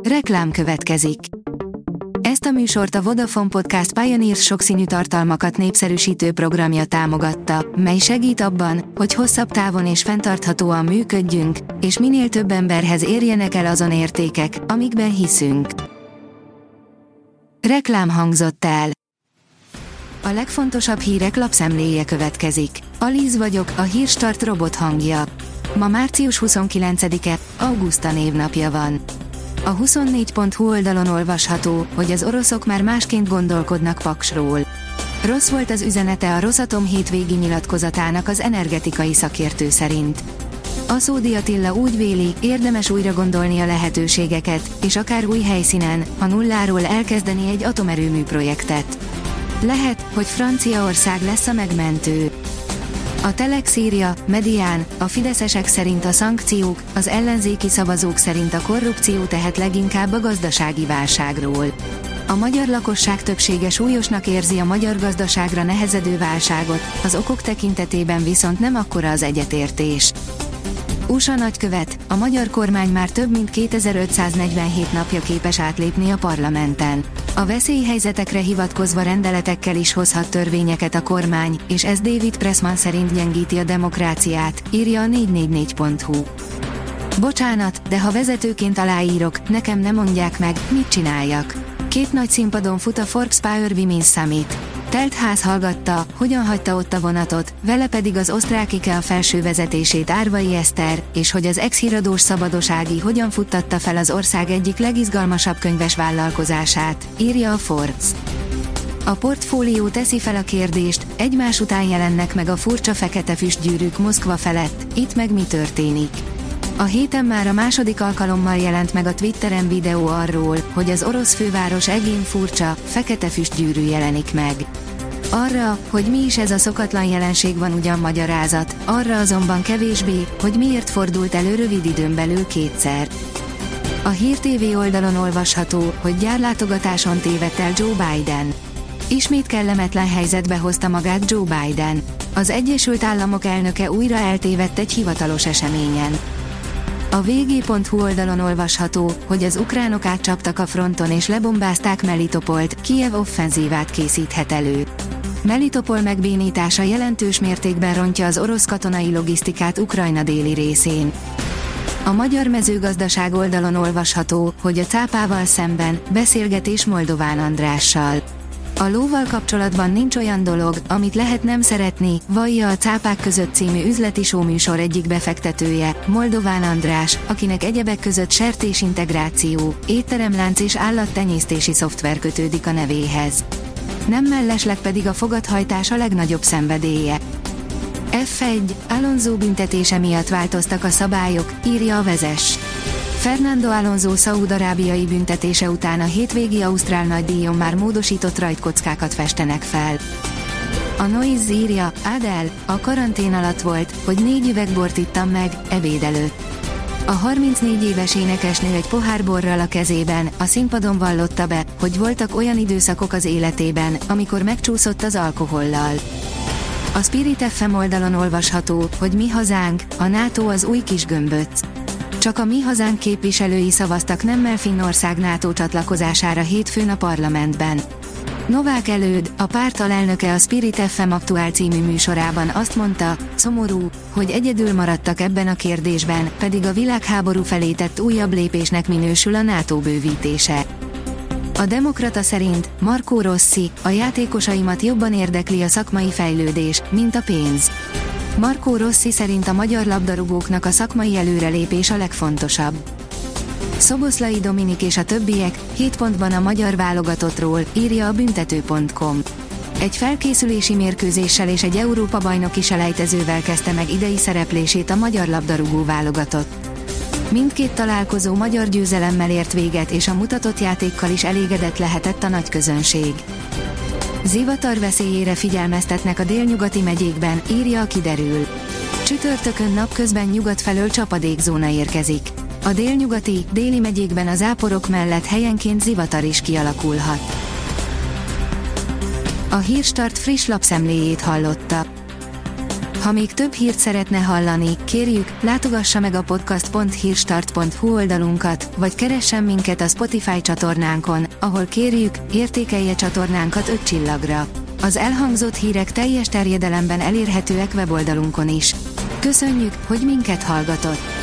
Reklám következik. Ezt a műsort a Vodafone Podcast Pioneers sokszínű tartalmakat népszerűsítő programja támogatta, mely segít abban, hogy hosszabb távon és fenntarthatóan működjünk, és minél több emberhez érjenek el azon értékek, amikben hiszünk. Reklám hangzott el. A legfontosabb hírek lapszemléje következik. Alíz vagyok, a Hírstart robot hangja. Ma március 29-e, Auguszta névnapja van. A 24.hu oldalon olvasható, hogy az oroszok már másként gondolkodnak Paksról. Rossz volt az üzenete a Rosatom hétvégi nyilatkozatának az energetikai szakértő szerint. Aszódi Attila úgy véli, érdemes újra gondolni a lehetőségeket, és akár új helyszínen, a nulláról elkezdeni egy atomerőmű projektet. Lehet, hogy Franciaország lesz a megmentő. A Telex írja, Medián, a fideszesek szerint a szankciók, az ellenzéki szavazók szerint a korrupció tehet leginkább a gazdasági válságról. A magyar lakosság többsége súlyosnak érzi a magyar gazdaságra nehezedő válságot, az okok tekintetében viszont nem akkora az egyetértés. USA nagykövet, a magyar kormány már több mint 2547 napja képes átlépni a parlamenten. A veszélyhelyzetekre hivatkozva rendeletekkel is hozhat törvényeket a kormány, és ez David Pressman szerint gyengíti a demokráciát, írja a 444.hu. Bocsánat, de ha vezetőként aláírok, nekem nem mondják meg, mit csináljak. Két nagy színpadon fut a Forbes Power Women's Summit. Telt ház hallgatta, hogyan hagyta ott a vonatot, vele pedig az osztrák IKEA felső vezetését Árvai Eszter, és hogy az ex-híradós Szabados Ági hogyan futtatta fel az ország egyik legizgalmasabb könyves vállalkozását, írja a Forbes. A Portfólió teszi fel a kérdést, egymás után jelennek meg a furcsa fekete füstgyűrűk Moszkva felett, itt meg mi történik? A héten már a második alkalommal jelent meg a Twitteren videó arról, hogy az orosz főváros egén furcsa, fekete füstgyűrű jelenik meg. Arra, hogy mi is ez a szokatlan jelenség van ugyan magyarázat, arra azonban kevésbé, hogy miért fordult elő rövid időn belül kétszer. A Hír TV oldalon olvasható, hogy gyárlátogatáson tévedt el Joe Biden. Ismét kellemetlen helyzetbe hozta magát Joe Biden. Az Egyesült Államok elnöke újra eltévedt egy hivatalos eseményen. A vg.hu oldalon olvasható, hogy az ukránok átcsaptak a fronton és lebombázták Melitopolt, Kijev offenzívát készíthet elő. Melitopol megbénítása jelentős mértékben rontja az orosz katonai logisztikát Ukrajna déli részén. A magyar mezőgazdaság oldalon olvasható, hogy a cápával szemben beszélgetés Moldován Andrással. A lóval kapcsolatban nincs olyan dolog, amit lehet nem szeretni, vallja a Cápák között című üzleti showműsor egyik befektetője, Moldován András, akinek egyebek között sertésintegráció, étteremlánc és állattenyésztési szoftver kötődik a nevéhez. Nem mellesleg pedig a fogathajtás a legnagyobb szenvedélye. F1, Alonso büntetése miatt változtak a szabályok, írja a Vezess. Fernando Alonso szaúd-arábiai büntetése után a hétvégi ausztrál nagydíjon már módosított rajtkockákat festenek fel. A Noise írja, Adele, a karantén alatt volt, hogy 4 üveg bort ittam meg, ebéd előtt. A 34 éves énekesnő egy pohár borral a kezében, a színpadon vallotta be, hogy voltak olyan időszakok az életében, amikor megcsúszott az alkohollal. A Spirit FM oldalon olvasható, hogy Mi hazánk, a NATO az új kis gömböc. Csak a Mi hazánk képviselői szavaztak nemmel Finnország NATO csatlakozására hétfőn a parlamentben. Novák Előd, a párt alelnöke a Spirit FM Aktuál című műsorában azt mondta, szomorú, hogy egyedül maradtak ebben a kérdésben, pedig a világháború felé tett újabb lépésnek minősül a NATO bővítése. A Demokrata szerint Marco Rossi, a játékosaimat jobban érdekli a szakmai fejlődés, mint a pénz. Marco Rossi szerint a magyar labdarúgóknak a szakmai előrelépés a legfontosabb. Szoboszlai Dominik és a többiek, 7 pontban a magyar válogatottról, írja a büntető.com. Egy felkészülési mérkőzéssel és egy Európa-bajnoki selejtezővel kezdte meg idei szereplését a magyar labdarúgó válogatott. Mindkét találkozó magyar győzelemmel ért véget, és a mutatott játékkal is elégedett lehetett a nagy közönség. Zivatar veszélyére figyelmeztetnek a délnyugati megyékben, írja a Kiderül. Csütörtökön napközben nyugat felől csapadékzóna érkezik. A délnyugati, déli megyékben az záporok mellett helyenként zivatar is kialakulhat. A Hírstart friss lapszemléjét hallotta. Ha még több hírt szeretne hallani, kérjük, látogassa meg a podcast.hírstart.hu oldalunkat, vagy keressen minket a Spotify csatornánkon, ahol kérjük, értékelje csatornánkat 5 csillagra. Az elhangzott hírek teljes terjedelemben elérhetőek weboldalunkon is. Köszönjük, hogy minket hallgatott!